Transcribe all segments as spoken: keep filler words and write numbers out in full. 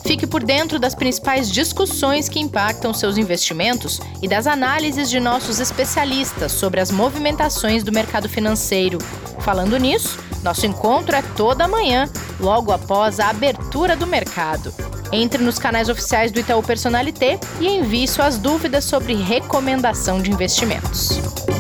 Fique por dentro das principais discussões que impactam seus investimentos e das análises de nossos especialistas sobre as movimentações do mercado financeiro. Falando nisso, nosso encontro é toda manhã, logo após a abertura do mercado. Entre nos canais oficiais do Itaú Personalité e envie suas dúvidas sobre recomendação de investimentos.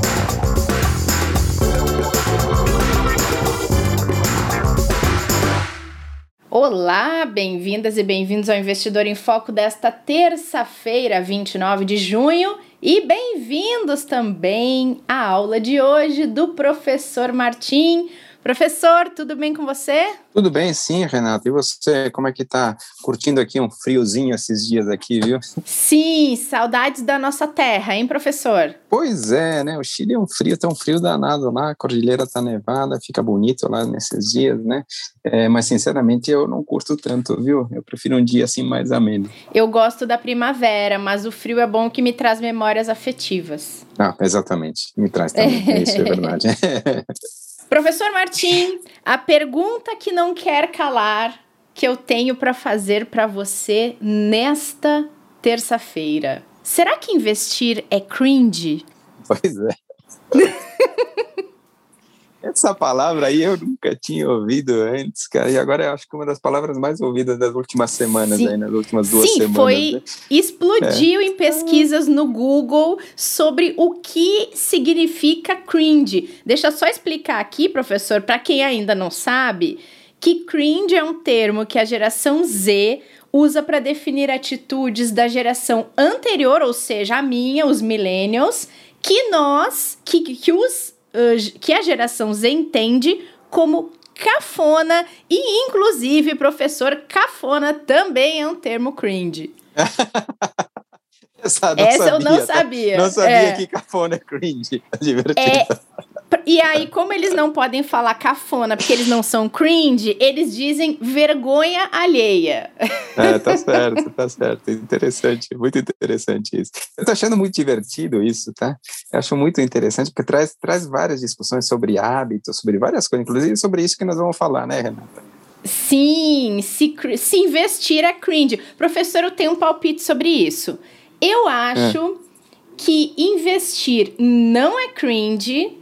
Olá, bem-vindas e bem-vindos ao Investidor em Foco desta terça-feira, vinte e nove de junho, e bem-vindos também à aula de hoje do professor Martim. Professor, tudo bem com você? Tudo bem, sim, Renato. E você, como é que tá curtindo aqui um friozinho esses dias aqui, viu? Sim, saudades da nossa terra, hein, professor? Pois é, né? O Chile é um frio, tá um frio danado lá, a cordilheira tá nevada, fica bonito lá nesses dias, né? É, mas, sinceramente, eu não curto tanto, viu? Eu prefiro um dia assim mais ameno. Eu gosto da primavera, mas o frio é bom que me traz memórias afetivas. Ah, exatamente. Me traz também, é. Isso é verdade. Professor Martim, a pergunta que não quer calar que eu tenho para fazer para você nesta terça-feira. Será que investir é cringe? Pois é. Essa palavra aí eu nunca tinha ouvido antes, cara, e agora eu acho que uma das palavras mais ouvidas das últimas semanas, Sim. aí, nas últimas duas Sim, semanas. Sim, foi, né? explodiu é. em pesquisas no Google sobre o que significa cringe. Deixa eu só explicar aqui, professor, para quem ainda não sabe, que cringe é um termo que a geração Z usa para definir atitudes da geração anterior, ou seja, a minha, os millennials, que nós, que, que os que a geração Z entende como cafona e, inclusive, professor, cafona também é um termo cringe. Essa, Essa sabia, eu não sabia. Tá? Não sabia é. que cafona é cringe. Tá divertido. É, e aí, como eles não podem falar cafona porque eles não são cringe, eles dizem vergonha alheia. É, tá certo, tá certo. Interessante, muito interessante isso. Eu tô achando muito divertido isso, tá? Eu acho muito interessante porque traz, traz várias discussões sobre hábitos, sobre várias coisas, inclusive sobre isso que nós vamos falar, né, Renata? Sim, se, se investir é cringe. Professor, eu tenho um palpite sobre isso. Eu acho é. que investir não é cringe.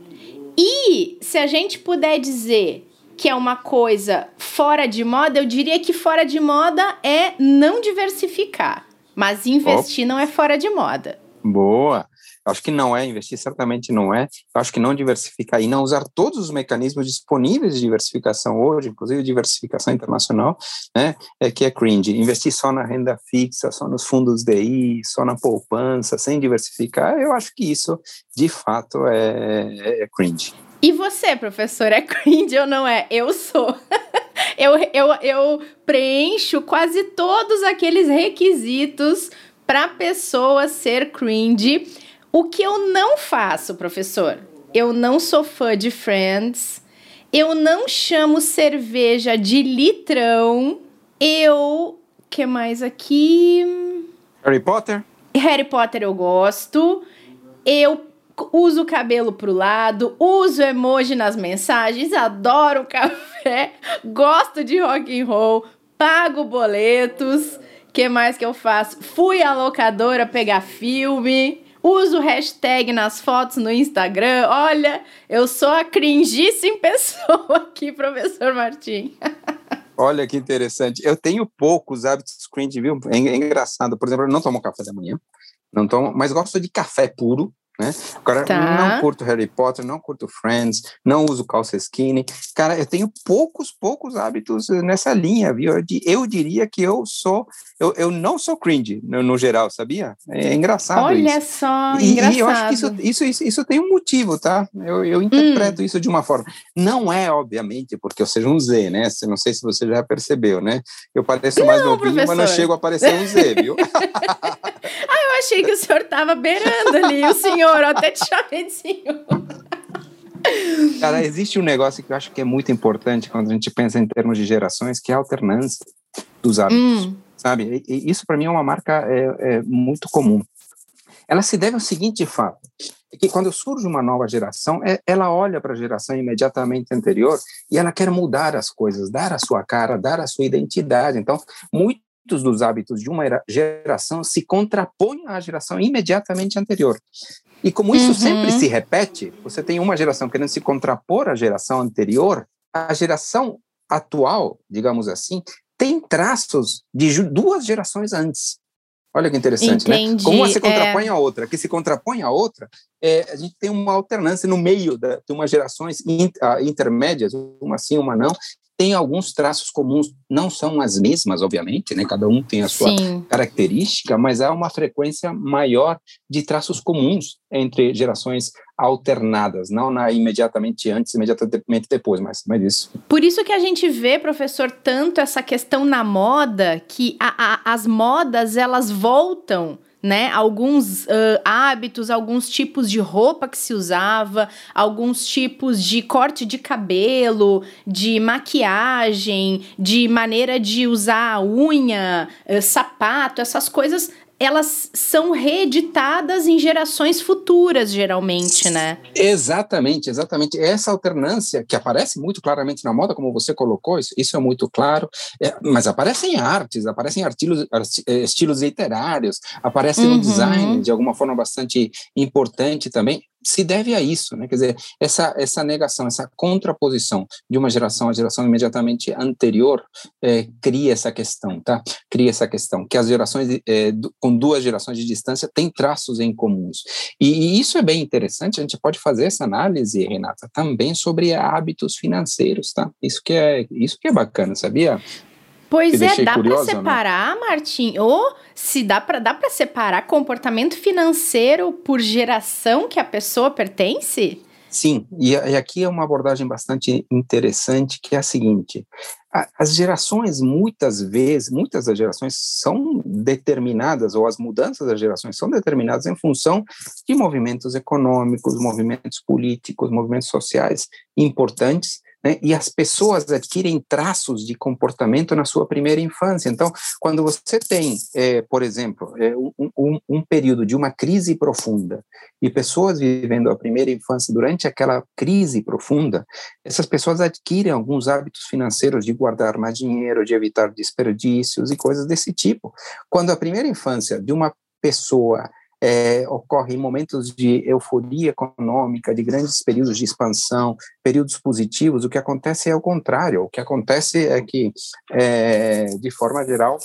E se a gente puder dizer que é uma coisa fora de moda, eu diria que fora de moda é não diversificar. Mas investir oh. não é fora de moda. Boa! Acho que não é, investir certamente não é. Acho que não diversificar e não usar todos os mecanismos disponíveis de diversificação hoje, inclusive diversificação internacional, né, é que é cringe. Investir só na renda fixa, só nos fundos D I, só na poupança, sem diversificar, eu acho que isso, de fato, é, é cringe. E você, professor, é cringe ou não é? Eu sou. eu, eu, eu preencho quase todos aqueles requisitos para a pessoa ser cringe. O que eu não faço, professor? Eu não sou fã de Friends, eu não chamo cerveja de litrão, eu... que mais aqui? Harry Potter? Harry Potter eu gosto, eu uso o cabelo pro lado, uso emoji nas mensagens, adoro café, gosto de rock and roll, pago boletos, que mais que eu faço? Fui à locadora pegar filme... Uso hashtag nas fotos no Instagram. Olha, eu sou a cringíssima pessoa aqui, professor Martim. Olha que interessante. Eu tenho poucos hábitos cringe, viu? É engraçado. Por exemplo, eu não tomo café da manhã, não tomo, mas gosto de café puro, né? Agora, tá. Não curto Harry Potter, não curto Friends, não uso calça skinny. Cara, eu tenho poucos, poucos hábitos nessa linha, viu? Eu, eu diria que eu sou, eu, eu não sou cringe, no, no geral, sabia? É engraçado Olha isso. Olha só, e, engraçado. E eu acho que isso, isso, isso, isso tem um motivo, tá? Eu, eu interpreto hum. isso de uma forma. Não é, obviamente, porque eu seja um Z, né? Não sei se você já percebeu, né? Eu pareço mais não, novinho, professor. mas não chego a parecer um Z, viu? Ah, eu achei que o senhor estava beirando ali, o senhor, eu até te chamei de senhor. Cara, existe um negócio que eu acho que é muito importante quando a gente pensa em termos de gerações, que é a alternância dos hábitos, hum. sabe? E, e isso, para mim, é uma marca é, é, muito comum. Ela se deve ao seguinte fato, é que quando surge uma nova geração, é, ela olha para a geração imediatamente anterior e ela quer mudar as coisas, dar a sua cara, dar a sua identidade. Então, muito muitos dos hábitos de uma geração se contrapõem à geração imediatamente anterior. E como isso uhum. sempre se repete, você tem uma geração querendo se contrapor à geração anterior, a geração atual, digamos assim, tem traços de duas gerações antes. Olha que interessante, Entendi, né? Como uma se contrapõe é... à outra, que se contrapõe à outra, é, a gente tem uma alternância no meio da, de umas gerações inter, intermédias, uma sim, uma não, tem alguns traços comuns, não são as mesmas, obviamente, né? Cada um tem a sua Sim. característica, mas há uma frequência maior de traços comuns entre gerações alternadas, não na imediatamente antes, imediatamente depois, mas, mas isso. Por isso que a gente vê, professor, tanto essa questão na moda, que a, a, as modas, elas voltam, né, alguns uh, hábitos, alguns tipos de roupa que se usava, alguns tipos de corte de cabelo, de maquiagem, de maneira de usar unha, uh, sapato, essas coisas, elas são reeditadas em gerações futuras, geralmente, né? Exatamente, exatamente. Essa alternância, que aparece muito claramente na moda, como você colocou, isso, isso é muito claro, é, mas aparece em artes, aparece em artilos, arti, estilos literários, aparece uhum. no design, de alguma forma bastante importante também, se deve a isso, né? Quer dizer, essa, essa negação, essa contraposição de uma geração à geração imediatamente anterior é, cria essa questão, tá? Cria essa questão, que as gerações, é, do, com duas gerações de distância, têm traços em comuns. E, e isso é bem interessante, a gente pode fazer essa análise, Renata, também sobre hábitos financeiros, tá? Isso que é, isso que é bacana, sabia? Pois é, dá para separar, né? Martim, ou se dá para dá para separar comportamento financeiro por geração que a pessoa pertence? Sim, e, e aqui é uma abordagem bastante interessante, que é a seguinte: a, as gerações, muitas vezes, muitas das gerações são determinadas, ou as mudanças das gerações são determinadas em função de movimentos econômicos, movimentos políticos, movimentos sociais importantes, né? E as pessoas adquirem traços de comportamento na sua primeira infância. Então, quando você tem, é, por exemplo, é, um, um, um período de uma crise profunda e pessoas vivendo a primeira infância durante aquela crise profunda, essas pessoas adquirem alguns hábitos financeiros de guardar mais dinheiro, de evitar desperdícios e coisas desse tipo. Quando a primeira infância de uma pessoa É, ocorre em momentos de euforia econômica, de grandes períodos de expansão, períodos positivos, o que acontece é o contrário. O que acontece é que, é, de forma geral,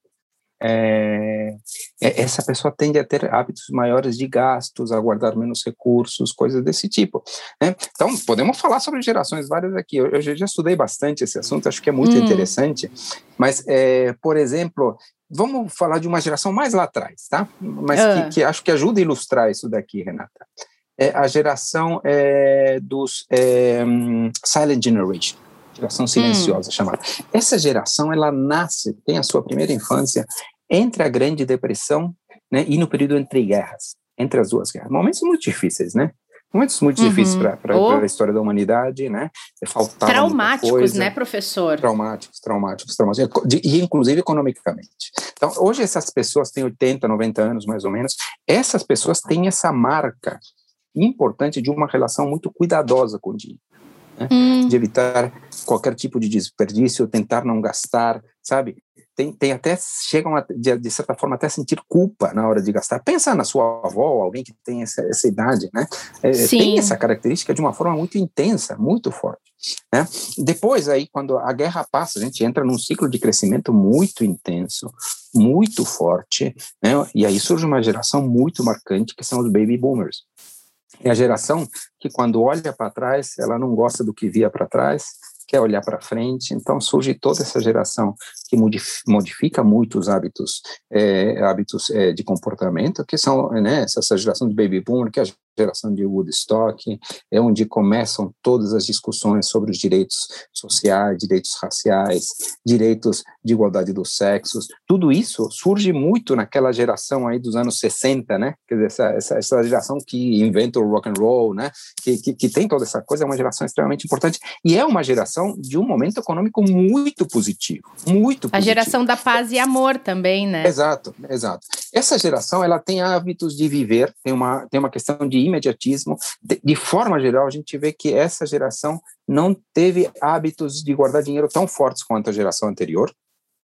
é, essa pessoa tende a ter hábitos maiores de gastos, a guardar menos recursos, coisas desse tipo, né? Então, podemos falar sobre gerações várias aqui. Eu, eu já estudei bastante esse assunto, acho que é muito hum. interessante, mas, é, por exemplo, vamos falar de uma geração mais lá atrás, tá? Mas uh. que, que acho que ajuda a ilustrar isso daqui, Renata. É a geração é, dos é, Silent Generation, geração silenciosa hum. chamada. Essa geração, ela nasce, tem a sua primeira infância entre a Grande Depressão, né, e no período entre guerras, entre as duas guerras. Momentos muito difíceis, né? Momentos muito uhum. difíceis para oh. a história da humanidade, né? Faltava traumáticos, coisa, né, professor? Traumáticos, traumáticos, traumáticos, e inclusive economicamente. Então, hoje essas pessoas têm oitenta, noventa anos, mais ou menos. Essas pessoas têm essa marca importante de uma relação muito cuidadosa com o dinheiro, né? Hum. De evitar qualquer tipo de desperdício, tentar não gastar, sabe? Tem, tem até, chegam a, de, de certa forma até sentir culpa na hora de gastar. Pensa na sua avó, alguém que tem essa, essa idade, né? É, tem essa característica de uma forma muito intensa, muito forte, né? Depois aí, quando a guerra passa, a gente entra num ciclo de crescimento muito intenso, muito forte, né? E aí surge uma geração muito marcante, que são os baby boomers. É a geração que, quando olha para trás, ela não gosta do que via para trás, quer olhar para frente. Então surge toda essa geração que modifica muito os hábitos, é, hábitos é, de comportamento, que são, né, essa geração de baby boomer, que é a geração de Woodstock, é onde começam todas as discussões sobre os direitos sociais, direitos raciais, direitos de igualdade dos sexos. Tudo isso surge muito naquela geração aí dos anos sessenta, né? Quer dizer, essa, essa, essa geração que inventa o rock and roll, né? Que, que, que tem toda essa coisa, é uma geração extremamente importante, e é uma geração de um momento econômico muito positivo, muito positivo. A geração da paz e amor também, né? Exato, exato. Essa geração, ela tem hábitos de viver, tem uma, tem uma questão de imediatismo. De, de forma geral, a gente vê que essa geração não teve hábitos de guardar dinheiro tão fortes quanto a geração anterior,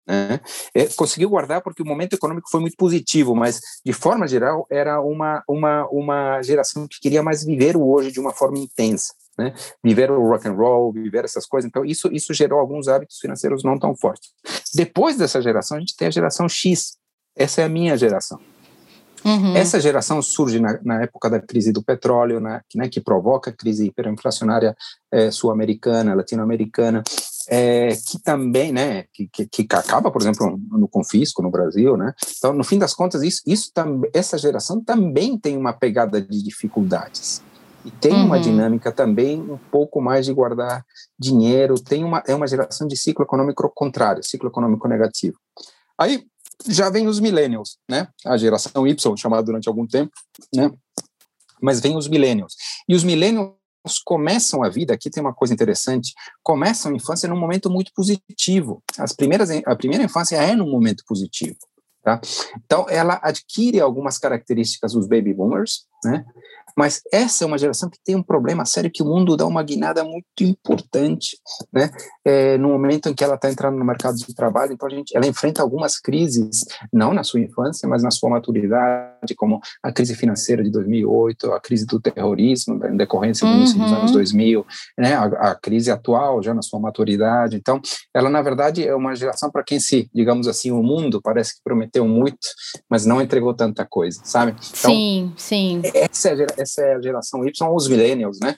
né? É, conseguiu guardar porque o momento econômico foi muito positivo, mas, de forma geral, era uma, uma, uma geração que queria mais viver o hoje de uma forma intensa, né? Viver o rock and roll, viver essas coisas. Então, isso, isso gerou alguns hábitos financeiros não tão fortes. Depois dessa geração, a gente tem a geração X. Essa é a minha geração. Uhum. Essa geração surge na, na época da crise do petróleo, né, que, né, que provoca a crise hiperinflacionária é, sul-americana, latino-americana, é, que também, né, que, que, que acaba, por exemplo, no confisco no Brasil, né. Então, no fim das contas, isso, isso tam, essa geração também tem uma pegada de dificuldades. E tem uhum. uma dinâmica também um pouco mais de guardar dinheiro, tem uma, é uma geração de ciclo econômico contrário, ciclo econômico negativo. Aí, já vem os millennials, né? A geração Y, chamada durante algum tempo, né? Mas vem os millennials. E os millennials começam a vida, aqui tem uma coisa interessante, começam a infância num momento muito positivo. As primeiras, a primeira infância é num momento positivo, tá? Então, ela adquire algumas características dos baby boomers, né? Mas essa é uma geração que tem um problema sério, que o mundo dá uma guinada muito importante, né? É, no momento em que ela está entrando no mercado de trabalho, então a gente, ela enfrenta algumas crises, não na sua infância, mas na sua maturidade, como a crise financeira de dois mil e oito, a crise do terrorismo, em decorrência do uhum. início dos anos dois mil, né? a, a crise atual, já na sua maturidade. Então, ela, na verdade, é uma geração para quem se, digamos assim, o mundo parece que prometeu muito, mas não entregou tanta coisa, sabe? Então, sim, sim. Essa é a geração Essa é a geração Y, os millennials, né?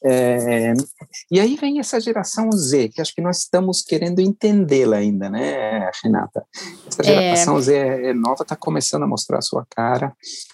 É, e aí vem essa geração Z, que acho que nós estamos querendo entendê-la ainda, né, Renata? Essa geração é... Z é nova, está começando a mostrar a sua cara.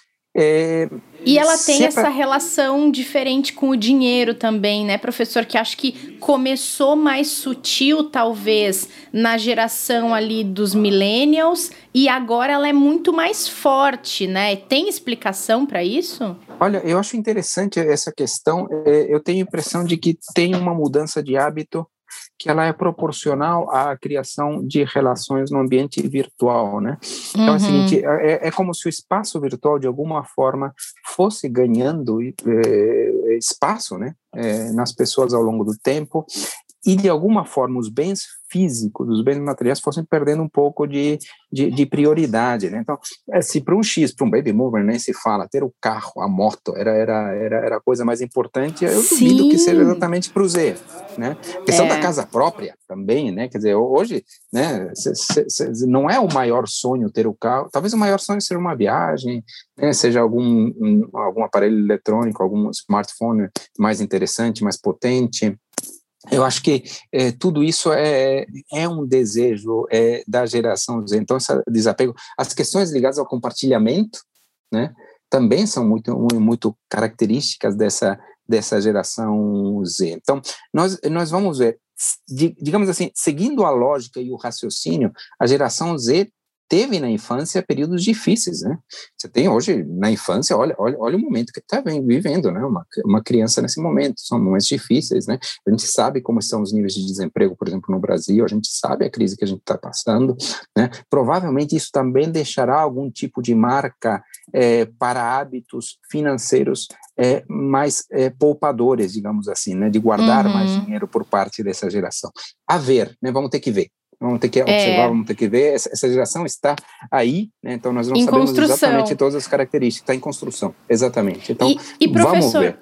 É, e ela tem essa pra... relação diferente com o dinheiro também, né, professor? Que acho que começou mais sutil, talvez, na geração ali dos millennials, e agora ela é muito mais forte, né? Tem explicação para isso? Olha, eu acho interessante essa questão. Eu tenho a impressão de que tem uma mudança de hábito que ela é proporcional à criação de relações no ambiente virtual, né? Então, uhum. é o seguinte, é, é como se o espaço virtual, de alguma forma, fosse ganhando é, espaço, né, é, nas pessoas ao longo do tempo, e, de alguma forma, os bens físicos, os bens materiais fossem perdendo um pouco de, de, de prioridade, né? Então, se para um X, para um baby boomer, nem se fala, ter o carro, a moto, era, era, era, era a coisa mais importante, eu Sim. duvido que seja exatamente para o Z, né? A questão é. da casa própria também, né? Quer dizer, hoje, né, se, se, se, não é o maior sonho ter o carro, talvez o maior sonho seja uma viagem, né, seja algum, um, algum aparelho eletrônico, algum smartphone mais interessante, mais potente. Eu acho que é, tudo isso é, é um desejo é, da geração Z. Então, esse desapego, as questões ligadas ao compartilhamento, né, também são muito, muito características dessa, dessa geração Z. Então, nós, nós vamos ver, digamos assim, seguindo a lógica e o raciocínio, a geração Z teve na infância períodos difíceis, né? Você tem hoje, na infância, olha, olha, olha o momento que está vivendo, né? Uma, uma criança nesse momento, são momentos difíceis, né? A gente sabe como estão os níveis de desemprego, por exemplo, no Brasil, a gente sabe a crise que a gente está passando, né? Provavelmente isso também deixará algum tipo de marca é, para hábitos financeiros é, mais é, poupadores, digamos assim, né? De guardar uhum. mais dinheiro por parte dessa geração. A ver, né? Vamos ter que ver. Vamos ter que observar, é. vamos ter que ver. Essa, essa geração está aí, né? Então nós não em sabemos exatamente todas as características. Está em construção, exatamente. Então, e, e vamos ver.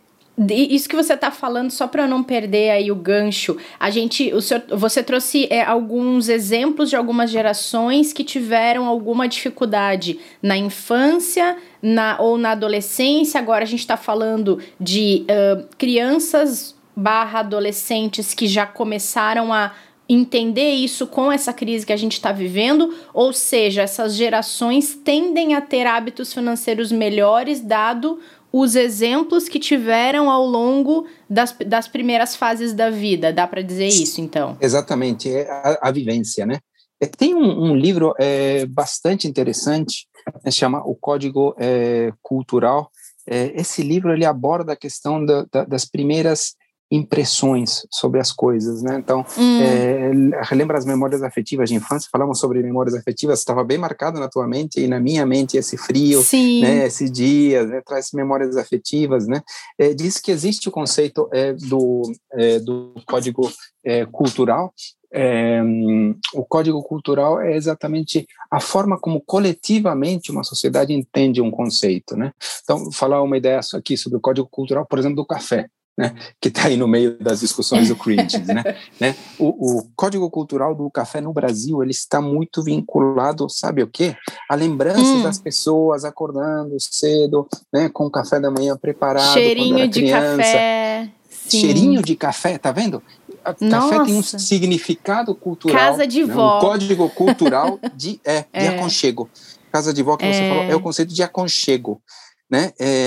Isso que você está falando, só para eu não perder aí o gancho, a gente, o senhor, você trouxe é, alguns exemplos de algumas gerações que tiveram alguma dificuldade na infância na, ou na adolescência. Agora a gente está falando de uh, crianças barra adolescentes que já começaram a entender isso com essa crise que a gente está vivendo, ou seja, essas gerações tendem a ter hábitos financeiros melhores, dado os exemplos que tiveram ao longo das, das primeiras fases da vida. Dá para dizer isso, então? Exatamente, é a, a vivência, né? É, tem um, um livro é, bastante interessante, é, chama O Código é, Cultural. É, esse livro ele aborda a questão da, da, das primeiras impressões sobre as coisas, né? Então, hum. é, relembra as memórias afetivas de infância. Falamos sobre memórias afetivas, estava bem marcado na tua mente e na minha mente esse frio, Sim. né? Esse dia, né? Traz memórias afetivas, né? É, diz que existe o conceito é, do, é, do código é, cultural, É, o código cultural é exatamente a forma como coletivamente uma sociedade entende um conceito, né? Então, vou falar uma ideia aqui sobre o código cultural, por exemplo, do café, né? Que está aí no meio das discussões do cringe, né? né? O, o código cultural do café no Brasil, ele está muito vinculado, sabe o quê? A lembranças hum. das pessoas acordando cedo, né? Com o café da manhã preparado, cheirinho quando era de criança. Café. Sim. Cheirinho de café, tá vendo? Café Nossa. tem um significado cultural, casa de né, vó. um código cultural de, é, é. de aconchego. Casa de vó que é. você falou é o conceito de aconchego, né? É,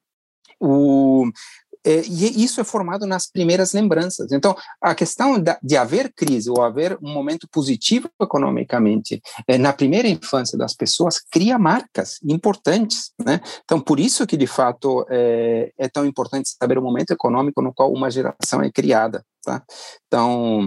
o, é, e isso é formado nas primeiras lembranças. Então, a questão da, de haver crise ou haver um momento positivo economicamente é, na primeira infância das pessoas cria marcas importantes, né? Então, por isso que, de fato, é, é tão importante saber o momento econômico no qual uma geração é criada. Tá? Então,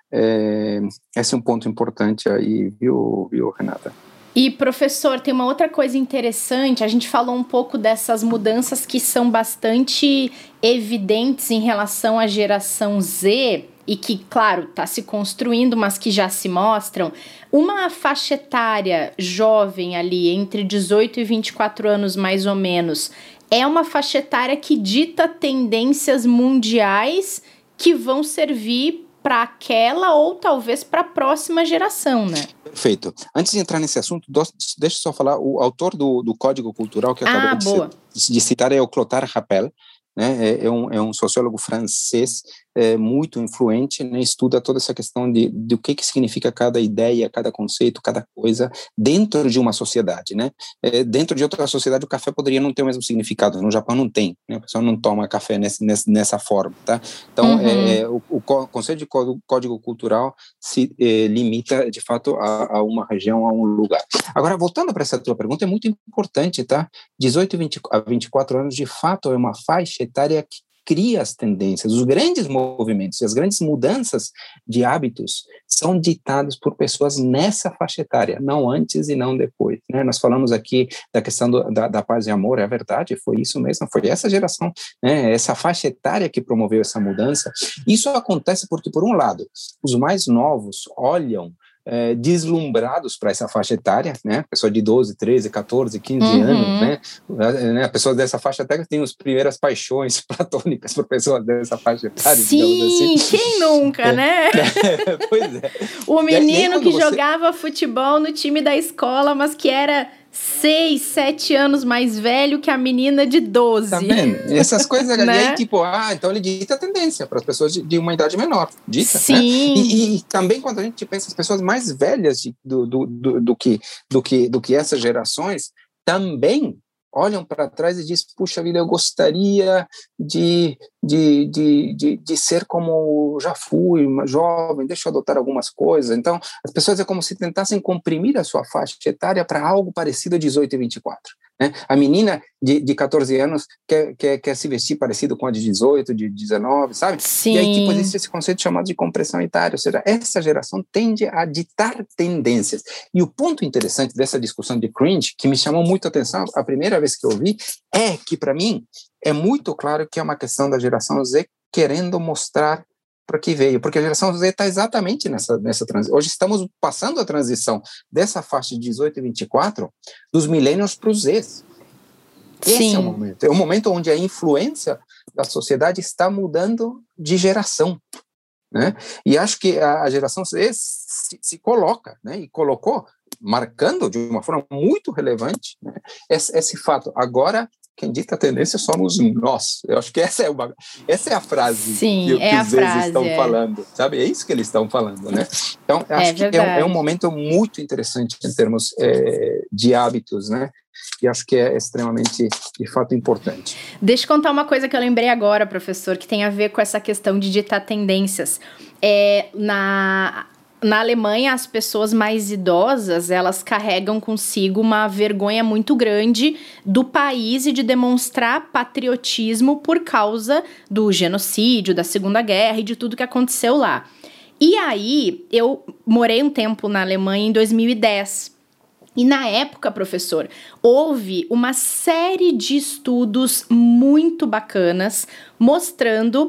é, esse é um ponto importante aí, viu, viu, Renata? E, professor, tem uma outra coisa interessante, a gente falou um pouco dessas mudanças que são bastante evidentes em relação à geração Z, e que, claro, está se construindo, mas que já se mostram. Uma faixa etária jovem ali, entre dezoito e vinte e quatro anos mais ou menos, é uma faixa etária que dita tendências mundiais que vão servir para aquela ou talvez para a próxima geração, né? Perfeito. Antes de entrar nesse assunto, deixa eu só falar, o autor do, do Código Cultural que eu acabei ah, de, boa. Ser, de citar é o Clotaire Rappel, né? é, é, um, é um sociólogo francês é, muito influente, né? Estuda toda essa questão de, de o que, que significa cada ideia, cada conceito, cada coisa dentro de uma sociedade, né? É, dentro de outra sociedade o café poderia não ter o mesmo significado, no Japão não tem, né? O pessoal não toma café nesse, nesse, nessa forma, tá? Então, uhum. é, o, o conceito de código cultural se é, limita, de fato, a, a uma região, a um lugar. Agora, voltando para essa tua pergunta, é muito importante, tá? dezoito a vinte e quatro anos, de fato, é uma faixa etária que cria as tendências. Os grandes movimentos e as grandes mudanças de hábitos são ditados por pessoas nessa faixa etária, não antes e não depois, né? Nós falamos aqui da questão do, da, da paz e amor, é verdade, foi isso mesmo, foi essa geração, né? Essa faixa etária que promoveu essa mudança. Isso acontece porque, por um lado, os mais novos olham É, deslumbrados para essa faixa etária, né? Pessoa de doze, treze, catorze, quinze uhum. anos, né? A pessoa dessa faixa etária tem as primeiras paixões platônicas por pessoas dessa faixa etária. Sim, assim. Quem nunca, é. né? É, pois é. O menino aí, que você... jogava futebol no time da escola, mas que era seis, sete anos mais velho que a menina de doze. Tá vendo? E essas coisas, né? E aí, tipo, ah, então ele dita a tendência para as pessoas de, de uma idade menor, dita. Sim. Né? E, e também quando a gente pensa as pessoas mais velhas de, do, do, do, do, que, do, que, do que essas gerações, também olham para trás e dizem, puxa vida, eu gostaria de, de, de, de, de ser como já fui, uma jovem, deixa eu adotar algumas coisas. Então, as pessoas é como se tentassem comprimir a sua faixa etária para algo parecido a dezoito e vinte e quatro. Né? A menina de, de catorze anos quer, quer, quer se vestir parecido com a de dezoito, de dezenove, sabe? Sim. E aí, tipo, existe esse conceito chamado de compressão etária, ou seja, essa geração tende a ditar tendências. E o ponto interessante dessa discussão de cringe, que me chamou muito a atenção a primeira vez que eu vi, é que, para mim, é muito claro que é uma questão da geração Z querendo mostrar para que veio, porque a geração Z está exatamente nessa, nessa transição. Hoje estamos passando a transição dessa faixa de dezoito e vinte e quatro dos millennials para os Zs. Esse Sim. é o momento. É o momento onde a influência da sociedade está mudando de geração. Né? E acho que a, a geração Z se, se coloca, né? E colocou, marcando de uma forma muito relevante, né? esse, esse fato. Agora, quem dita a tendência somos nós. Eu acho que essa é, uma, essa é a frase Sim, que, que é os Zs estão é. falando, sabe? É isso que eles estão falando, né? Então, acho é que é um, é um momento muito interessante em termos é, de hábitos, né? E acho que é extremamente, de fato, importante. Deixa eu contar uma coisa que eu lembrei agora, professor, que tem a ver com essa questão de ditar tendências. É, na... Na Alemanha, as pessoas mais idosas, elas carregam consigo uma vergonha muito grande do país e de demonstrar patriotismo por causa do genocídio, da Segunda Guerra e de tudo que aconteceu lá. E aí, eu morei um tempo na Alemanha em dois mil e dez. E na época, professor, houve uma série de estudos muito bacanas mostrando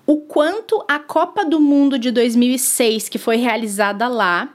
o quanto a Copa do Mundo de dois mil e seis, que foi realizada lá,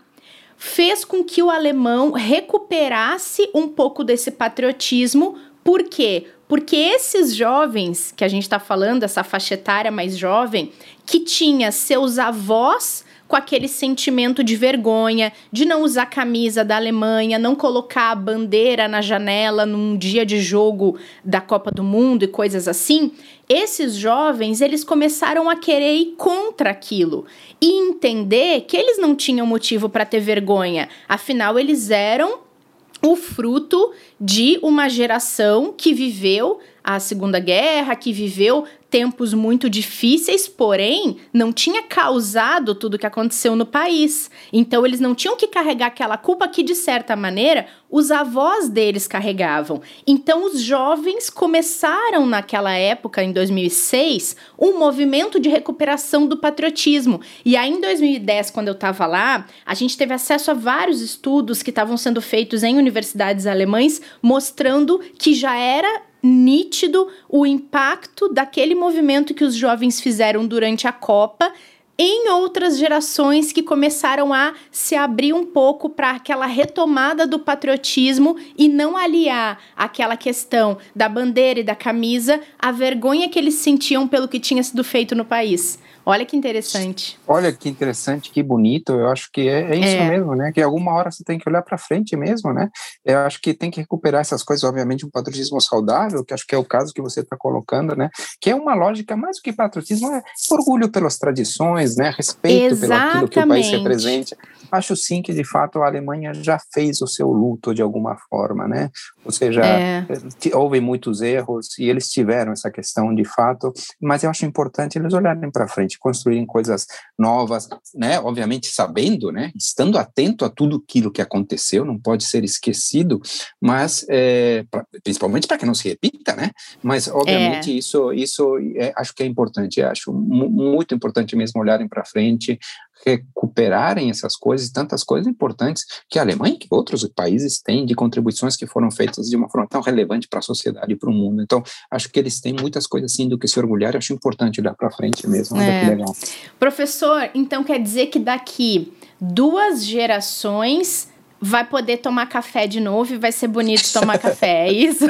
fez com que o alemão recuperasse um pouco desse patriotismo. Por quê? Porque esses jovens que a gente está falando, essa faixa etária mais jovem, que tinha seus avós com aquele sentimento de vergonha, de não usar camisa da Alemanha, não colocar a bandeira na janela num dia de jogo da Copa do Mundo e coisas assim, esses jovens, eles começaram a querer ir contra aquilo e entender que eles não tinham motivo para ter vergonha, afinal eles eram o fruto de uma geração que viveu a Segunda Guerra, que viveu tempos muito difíceis, porém, não tinha causado tudo o que aconteceu no país. Então, eles não tinham que carregar aquela culpa que, de certa maneira, os avós deles carregavam. Então, os jovens começaram, naquela época, em dois mil e seis, um movimento de recuperação do patriotismo. E aí, em dois mil e dez, quando eu estava lá, a gente teve acesso a vários estudos que estavam sendo feitos em universidades alemãs, mostrando que já era nítido o impacto daquele movimento que os jovens fizeram durante a Copa em outras gerações que começaram a se abrir um pouco para aquela retomada do patriotismo e não aliar aquela questão da bandeira e da camisa à vergonha que eles sentiam pelo que tinha sido feito no país. Olha que interessante. Olha que interessante, que bonito. Eu acho que é, é isso é. mesmo, né? Que alguma hora você tem que olhar para frente mesmo, né? Eu acho que tem que recuperar essas coisas, obviamente, um patriotismo saudável, que acho que é o caso que você está colocando, né? Que é uma lógica, mais do que patriotismo, é orgulho pelas tradições, né? Respeito pelo aquilo que o país representa. Acho sim que, de fato, a Alemanha já fez o seu luto de alguma forma, né? Ou seja, é. houve muitos erros e eles tiveram essa questão, de fato, mas eu acho importante eles olharem para frente, construírem coisas novas, né? Obviamente sabendo, né? Estando atento a tudo aquilo que aconteceu, não pode ser esquecido, mas é, pra, principalmente para que não se repita, né? Mas obviamente é. isso, isso é, acho que é importante, acho m- muito importante mesmo olharem para frente, recuperarem essas coisas, tantas coisas importantes que a Alemanha e que outros países têm de contribuições que foram feitas de uma forma tão relevante para a sociedade e para o mundo. Então, acho que eles têm muitas coisas assim do que se orgulhar, eu acho importante olhar para frente mesmo. Olha é. que legal. Professor, então quer dizer que daqui duas gerações vai poder tomar café de novo e vai ser bonito tomar café, é isso?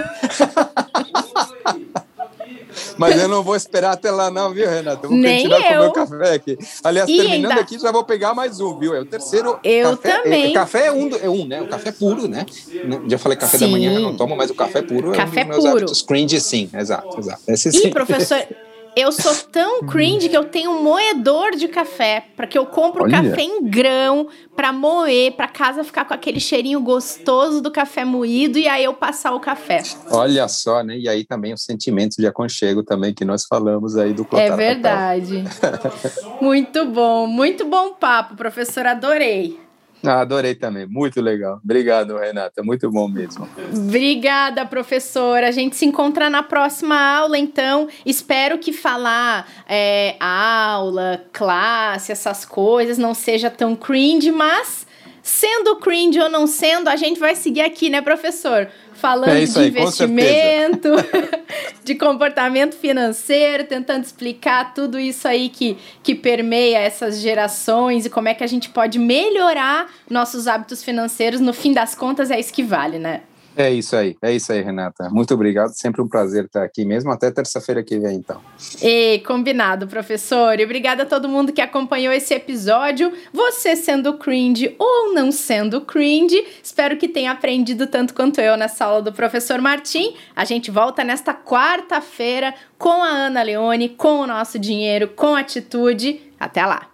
Mas eu não vou esperar até lá não, viu, Renata? Eu vou Nem continuar eu. com o meu café aqui. Aliás, E terminando ainda... aqui, já vou pegar mais um, viu? É o terceiro eu café. também. É, café é um, é um, né? O café puro, né? Já falei café sim. da manhã, eu não tomo, mas o café puro café é um dos meus puro. hábitos cringe, sim. Exato, exato. Esse sim. E, professor... Eu sou tão cringe que eu tenho um moedor de café, porque eu compro Olha. café em grão pra moer, pra casa ficar com aquele cheirinho gostoso do café moído e aí eu passar o café. Olha só, né? E aí também o sentimento de aconchego também que nós falamos aí do Clotar. É verdade. Muito bom, muito bom papo, professor, adorei. Ah, adorei também, muito legal. Obrigado, Renata, muito bom mesmo. Obrigada, professora. A gente se encontra na próxima aula, então. Espero que falar é, aula, classe, essas coisas não seja tão cringe, mas sendo cringe ou não sendo, a gente vai seguir aqui, né, professor? Falando é de aí, investimento, de comportamento financeiro, tentando explicar tudo isso aí que, que permeia essas gerações e como é que a gente pode melhorar nossos hábitos financeiros. No fim das contas, é isso que vale, né? É isso aí, é isso aí, Renata. Muito obrigado, sempre um prazer estar aqui mesmo, até terça-feira que vem, então. E combinado, professor. E obrigada a todo mundo que acompanhou esse episódio. Você sendo cringe ou não sendo cringe, espero que tenha aprendido tanto quanto eu nessa aula do professor Martim. A gente volta nesta quarta-feira com a Ana Leone, com o Nosso Dinheiro, com Atitude. Até lá!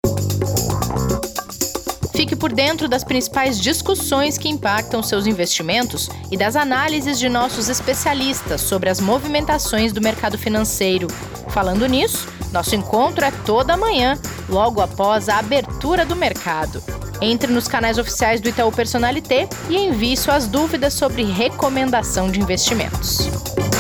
Fique por dentro das principais discussões que impactam seus investimentos e das análises de nossos especialistas sobre as movimentações do mercado financeiro. Falando nisso, nosso encontro é toda manhã, logo após a abertura do mercado. Entre nos canais oficiais do Itaú Personalité e envie suas dúvidas sobre recomendação de investimentos.